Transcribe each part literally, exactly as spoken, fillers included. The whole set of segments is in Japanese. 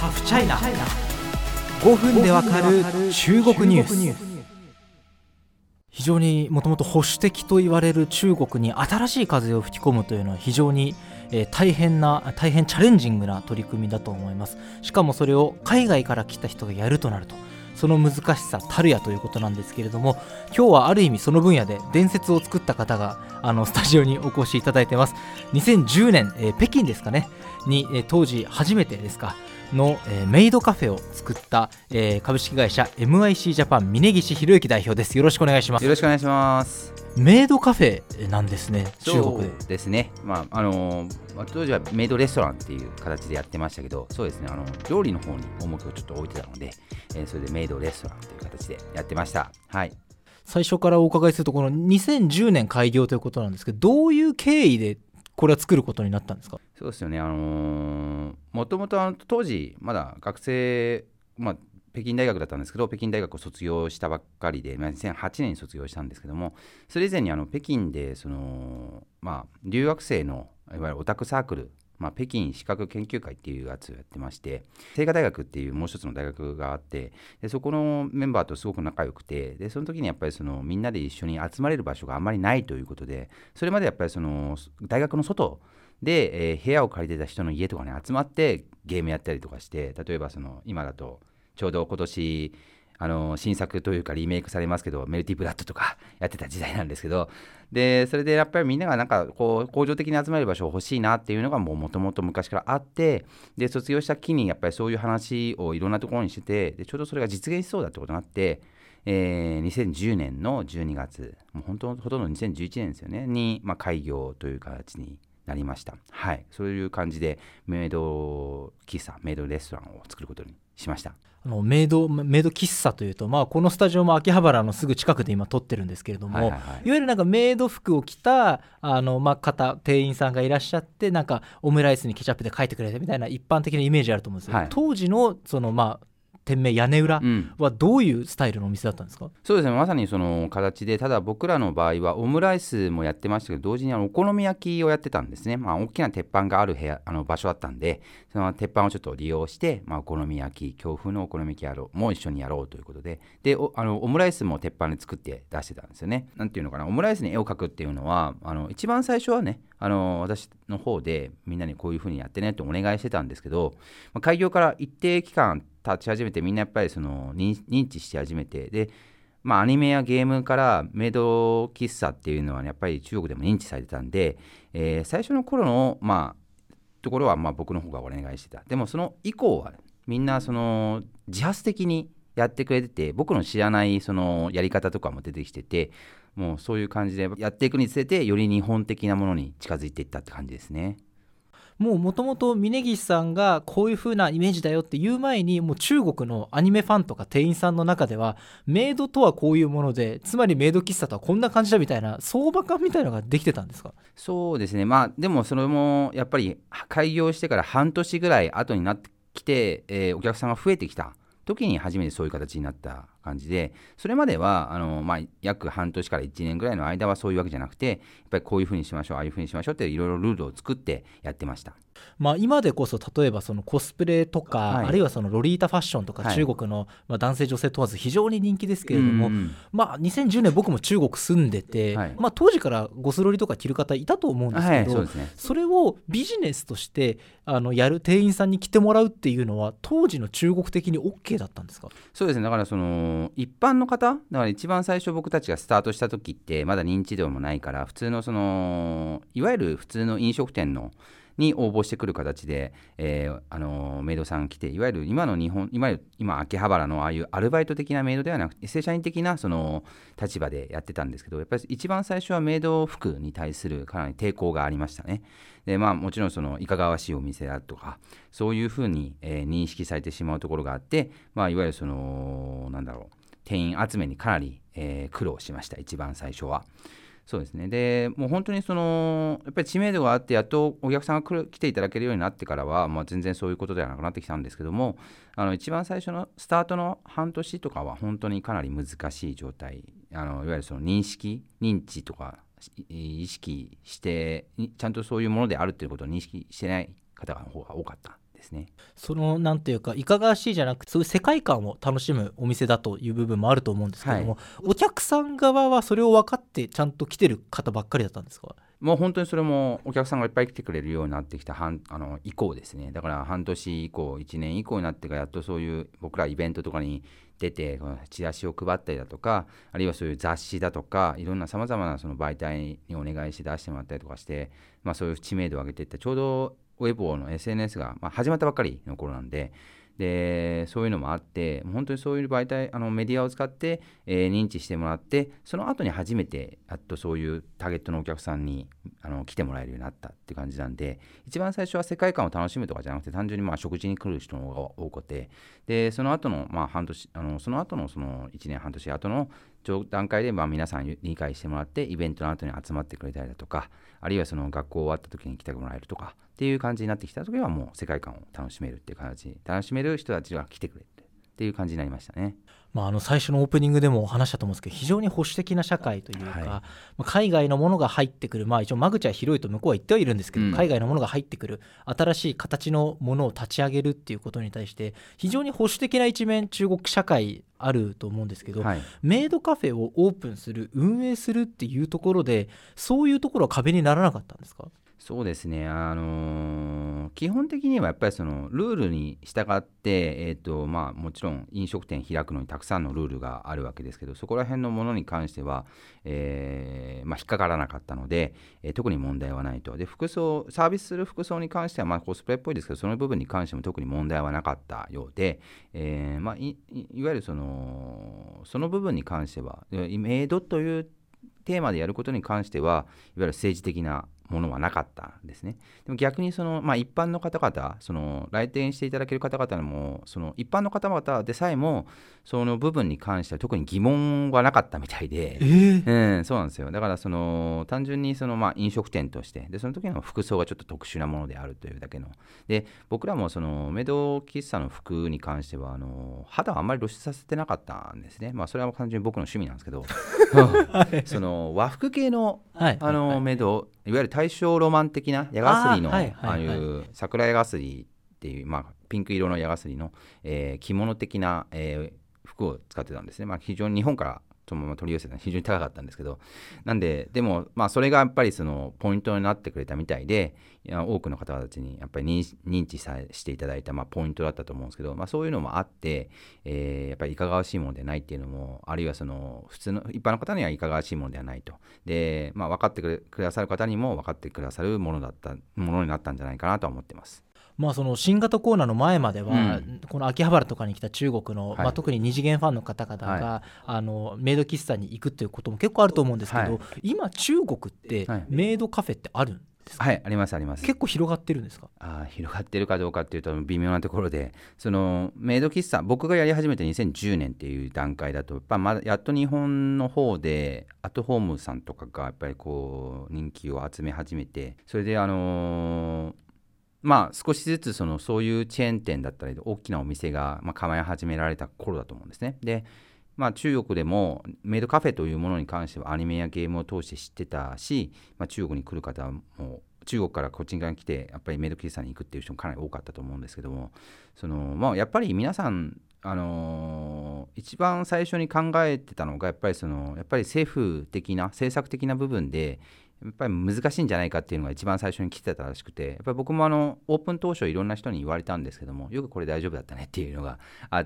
ハフチャイナ。ごふんでわかる中国ニュース。非常にもともと保守的と言われる中国に新しい風を吹き込むというのは非常に、えー、大変な大変チャレンジングな取り組みだと思います。しかもそれを海外から来た人がやるとなると、その難しさたるやということなんですけれども、今日はある意味その分野で伝説を作った方があのスタジオにお越しいただいています。にせんじゅうねん、えー、北京ですかねに、えー、当時初めてですかの、えー、メイドカフェを作った、えー、株式会社 エムアイシー ジャパン峯岸博之代表です。よろしくお願いします。 よろしくお願いします。 メイドカフェなんですね、中国で。 そうですね、まああのー、当時はメイドレストランっていう形でやってましたけど、そうですね、あの料理の方に重きをちょっと置いてたので、えー、それでメイドレストランという形でやってました。はい。 最初からお伺いすると、このにせんじゅうねん開業ということなんですけど、どういう経緯でこれは作ることになったんですか？ そうですよね、あのー、もともと当時まだ学生、まあ北京大学だったんですけど、北京大学を卒業したばっかりで、まあ、にせんはちねんに卒業したんですけども、それ以前にあの北京でその、まあ、留学生のいわゆるオタクサークル、まあ、北京資格研究会っていうやつをやってまして、清華大学っていうもう一つの大学があって、でそこのメンバーとすごく仲良くて、でその時にやっぱりそのみんなで一緒に集まれる場所があんまりないということで、それまでやっぱりその大学の外で、えー、部屋を借りてた人の家とかに集まってゲームやったりとかして、例えばその今だとちょうど今年あの新作というかリメイクされますけど、メルティブラッドとかやってた時代なんですけど、でそれでやっぱりみんながなんかこう恒常的に集まれる場所欲しいなっていうのがもともと昔からあって、で卒業した期にやっぱりそういう話をいろんなところにしてて、でちょうどそれが実現しそうだってことになって、えー、にせんじゅうねんのじゅうにがつ、もう本当ほとんどにせんじゅういちねんですよねに、まあ、開業という形になりました。はい、そういう感じでメイド喫茶、メイドレストランを作ることにしました。 あのメイドメイド喫茶というと、まあ、このスタジオも秋葉原のすぐ近くで今撮ってるんですけれども、はいはいはい、いわゆるなんかメイド服を着たあの、まあ、方店員さんがいらっしゃって、なんかオムライスにケチャップで書いてくれてみたいな一般的なイメージあると思うんですけど、はい、当時のそのまあ店名屋根裏はどういうスタイルのお店だったんですか？うん、 そうですね、まさにその形で、ただ僕らの場合はオムライスもやってましたけど、同時にあのお好み焼きをやってたんですね。まあ、大きな鉄板がある部屋、あの場所だったんで、その鉄板をちょっと利用して、まあ、お好み焼き、京風のお好み焼きやろうも一緒にやろうということで、で お, あのオムライスも鉄板で作って出してたんですよね。なんていうのかな、オムライスに絵を描くっていうのは、あの一番最初はね、あの私の方でみんなにこういう風にやってねってお願いしてたんですけど、まあ、開業から一定期間立ち始めて、みんなやっぱりその認知して始めて、で、まあ、アニメやゲームからメイド喫茶っていうのは、ね、やっぱり中国でも認知されてたんで、えー、最初の頃の、まあ、ところはまあ僕の方がお願いしてた。でもその以降はみんなその自発的にやってくれてて、僕の知らないそのやり方とかも出てきてて、もうそういう感じでやっていくにつれて、より日本的なものに近づいていったって感じですね。 もうもともと峯岸さんがこういう風なイメージだよって言う前に、もう中国のアニメファンとか店員さんの中ではメイドとはこういうもので、つまりメイド喫茶とはこんな感じだみたいな相場感みたいなのができてたんですか？ そうですね、まあでもそれもやっぱり開業してから半年ぐらい後になってきて、えー、お客さんが増えてきた時に初めてそういう形になった感じで、それまではあの、まあ、約半年からいちねんぐらいの間はそういうわけじゃなくて、やっぱりこういう風にしましょう、ああいう風にしましょうっていろいろルールを作ってやってました。 まあ、今でこそ例えばそのコスプレとか、はい、あるいはそのロリータファッションとか、中国の、まあ、男性女性問わず非常に人気ですけれども、まあ、にせんじゅうねん僕も中国住んでて、はい、まあ、当時からゴスロリとか着る方いたと思うんですけど、はい、そうですね、それをビジネスとしてあのやる店員さんに着てもらうっていうのは当時の中国的に OK だったんですか？ そうですね、だからその一般の方だから一番最初僕たちがスタートした時ってまだ認知度もないから、普通のそのいわゆる普通の飲食店のに応募してくる形で、えー、あのメイドさん来て、いわゆる今の日本今今秋葉原のああいうアルバイト的なメイドではなくて正社員的なその立場でやってたんですけど、やっぱり一番最初はメイド服に対するかなり抵抗がありましたね。で、まあ、もちろんそのいかがわしいお店だとかそういうふうに、えー、認識されてしまうところがあって、まあ、いわゆるそのなんだろう店員集めにかなり、えー、苦労しました、一番最初は。そうですね。でもう本当にそのやっぱり知名度があってやっとお客さんが来る来ていただけるようになってからは、まあ、全然そういうことではなくなってきたんですけども、あの一番最初のスタートの半年とかは本当にかなり難しい状態、あのいわゆるその認識認知とか意識してちゃんとそういうものであるということを認識してない方の方が多かったでですね。 そのなんていうかいかがわしいじゃなくてそういう世界観を楽しむお店だという部分もあると思うんですけども、はい、お客さん側はそれを分かってちゃんと来てる方ばっかりだったんですか？ もう本当にそれもお客さんがいっぱい来てくれるようになってきた半あの以降ですね。だから半年以降いちねん以降になってからやっとそういう僕らイベントとかに出てチラシを配ったりだとか、あるいはそういう雑誌だとかいろんなさまざまなその媒体にお願いして出してもらったりとかして、まあ、そういう知名度を上げていった。ちょうどウェボの エスエヌエス がまあ始まったばっかりの頃なんで、でそういうのもあって本当にそういう媒体あのメディアを使って、えー、認知してもらって、その後に初めてやっとそういうターゲットのお客さんにあの来てもらえるようになったって感じなんで、一番最初は世界観を楽しむとかじゃなくて単純にまあ食事に来る人の方が多くて、でその後のまあ半年あのその後のそのいちねんはん年後の段階でまあ皆さん理解してもらってイベントの後に集まってくれたりだとか、あるいはその学校終わった時に来てもらえるとかっていう感じになってきた時はもう世界観を楽しめるっていう形、楽しめる人たちが来てくれるっていう感じになりましたね。 まあ、あの最初のオープニングでも話したと思うんですけど、非常に保守的な社会というか、はい、まあ、海外のものが入ってくる、まあ、一応間口は広いと向こうは言ってはいるんですけど、うん、海外のものが入ってくる新しい形のものを立ち上げるっていうことに対して非常に保守的な一面中国社会あると思うんですけど、はい、メイドカフェをオープンする運営するっていうところでそういうところは壁にならなかったんですか？ そうですね、あのー、基本的にはやっぱりそのルールに従って、えーとまあ、もちろん飲食店開くのにたくさんのルールがあるわけですけど、そこら辺のものに関しては、えーまあ、引っかからなかったので、えー、特に問題はないと。で服装サービスする服装に関しては、まあ、コスプレっぽいですけど、その部分に関しても特に問題はなかったようで、えーまあ、い, いわゆるそのその部分に関してはメイドというテーマでやることに関してはいわゆる政治的なものはなかったんですね。でも逆にその、まあ、一般の方々、その来店していただける方々もその一般の方々でさえもその部分に関しては特に疑問はなかったみたいで、 えーうん、そうなんですよ。だからその単純にそのまあ飲食店としてでその時の服装がちょっと特殊なものであるというだけので、僕らもそのメイド喫茶の服に関してはあの肌をあんまり露出させてなかったんですね。まあそれは単純に僕の趣味なんですけどその和服系の、はい、あの、はい、メイドいわゆる大正ロマン的な矢がすりの あ,、はいはいはい、ああいう桜矢がすりっていう、まあ、ピンク色の矢がすりの、えー、着物的な、えー、服を使ってたんですね。まあ、非常に日本からそのまま取り寄せたのは非常に高かったんですけど、なんででも、まあ、それがやっぱりそのポイントになってくれたみたいで、いや多くの方たちにやっぱり 認, 認知さしていただいた、まあ、ポイントだったと思うんですけど、まあ、そういうのもあって、えー、やっぱりいかがわしいものではないっていうのも、あるいはその普通の一般の方にはいかがわしいものではないと。で、まあ、分かってくださる方にも分かってくださるものだったものになったんじゃないかなとは思ってます。 まあ、その新型コロナの前までは、うん、この秋葉原とかに来た中国の、はい、まあ、特に二次元ファンの方々が、はい、あのメイド喫茶に行くということも結構あると思うんですけど、はい、今中国ってメイドカフェってあるんですか？ はい、ありますあります。 結構広がってるんですか？ あ広がってるかどうかっていうと微妙なところで、そのメイド喫茶僕がやり始めてにせんじゅうねんっていう段階だとやっぱまだやっと日本の方でアットホームさんとかがやっぱりこう人気を集め始めて、それであのーまあ、少しずつそのそういうチェーン店だったり大きなお店がまあ構え始められた頃だと思うんですね。で、まあ、中国でもメイドカフェというものに関してはアニメやゲームを通して知ってたし、まあ、中国に来る方も中国からこっち側に来てやっぱりメイド喫茶に行くっていう人もかなり多かったと思うんですけども、その、まあ、やっぱり皆さん、あのー、一番最初に考えてたのがやっぱりそのやっぱり政府的な政策的な部分でやっぱり難しいんじゃないかっていうのが一番最初に来てたらしくて、やっぱり僕もあのオープン当初いろんな人に言われたんですけども、よくこれ大丈夫だったねっていうのがあって、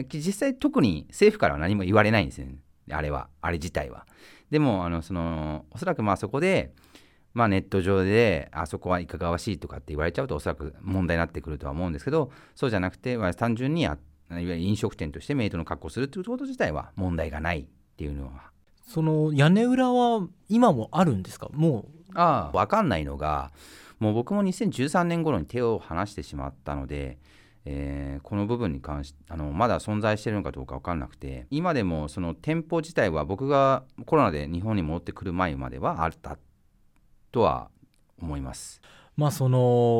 実際特に政府からは何も言われないんですよね、あれはあれ自体は。でもあのそのおそらくまあそこで、まあ、ネット上であそこはいかがわしいとかって言われちゃうとおそらく問題になってくるとは思うんですけど、そうじゃなくて、まあ、単純にやいわゆる飲食店としてメイドの格好をするっていうこと自体は問題がないっていうのは。 その屋根裏は今もあるんですか？もうああ分かんないのが、もう僕もにせんじゅうさんねん頃に手を離してしまったので、えー、この部分に関してあのまだ存在しているのかどうか分かんなくて、今でもその店舗自体は僕がコロナで日本に戻ってくる前まではあったとは思います。 まあその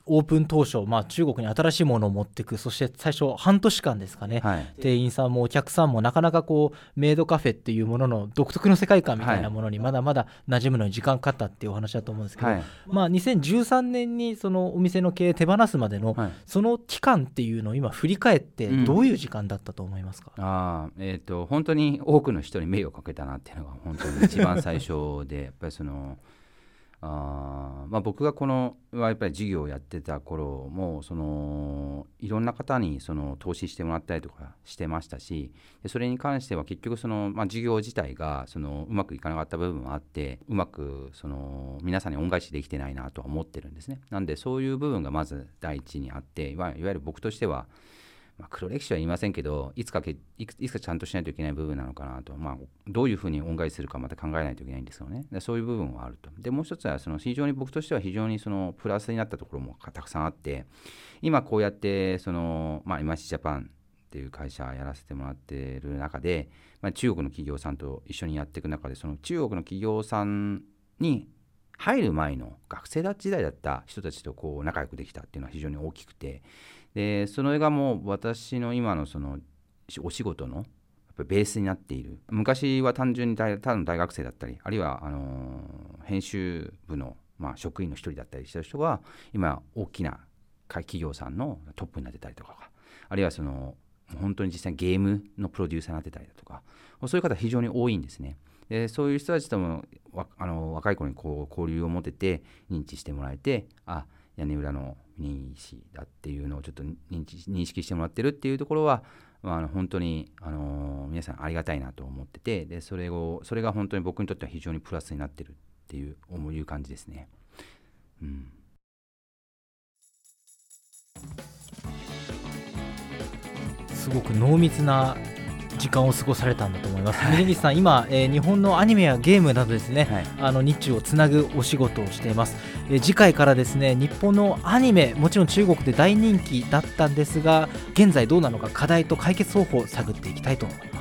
オープン当初、まあ、中国に新しいものを持っていく、そして最初半年間ですかね、はい、店員さんもお客さんもなかなかこうメイドカフェっていうものの独特の世界観みたいなものにまだまだ馴染むのに時間かかったっていうお話だと思うんですけど、はい、まあ、にせんじゅうさんねんにそのお店の経営手放すまでのその期間っていうのを今振り返ってどういう時間だったと思いますか？ うん、あえーと、本当に多くの人に迷惑をかけたなっていうのが本当に一番最初でやっぱりそのあ、まあ、僕がこのやっぱり事業をやってた頃もそのいろんな方にその投資してもらったりとかしてましたし、でそれに関しては結局その、まあ、事業自体がそのうまくいかなかった部分もあって、うまくその皆さんに恩返しできてないなとは思ってるんですね。なんでそういう部分がまず第一にあって、いわゆる僕としてはまあ、黒歴史は言いませんけど、いつかけいくいつかちゃんとしないといけない部分なのかなと、まあ、どういうふうに恩返しするかまた考えないといけないんですよね。でそういう部分はあると。でもう一つはその非常に僕としては非常にそのプラスになったところもたくさんあって、今こうやってその、まあ、イマシジャパンっていう会社やらせてもらっている中で、まあ、中国の企業さんと一緒にやっていく中で、その中国の企業さんに入る前の学生時代だった人たちとこう仲良くできたっていうのは非常に大きくて、でそれがもう私の今のそのお仕事のやっぱベースになっている。昔は単純にただの大学生だったり、あるいはあの編集部の、まあ、職員の一人だったりした人が今大きな企業さんのトップになってたりとか、あるいはその本当に実際にゲームのプロデューサーになってたりだとか、そういう方非常に多いんですね。でそういう人たちともあの若い頃にこう交流を持てて認知してもらえて、あ屋根裏のミニ氏だっていうのをちょっと認知認識してもらってるっていうところは、まあ、あの本当に、あのー、皆さんありがたいなと思ってて、でそれをそれが本当に僕にとっては非常にプラスになってるっていう思う感じですね。うん、 すごく濃密な時間を過ごされたんだと思います。峯岸さん、今、えー、日本のアニメやゲームなどですね、はい、あの日中をつなぐお仕事をしています。えー、次回からですね、日本のアニメ、もちろん中国で大人気だったんですが、現在どうなのか課題と解決方法を探っていきたいと思います。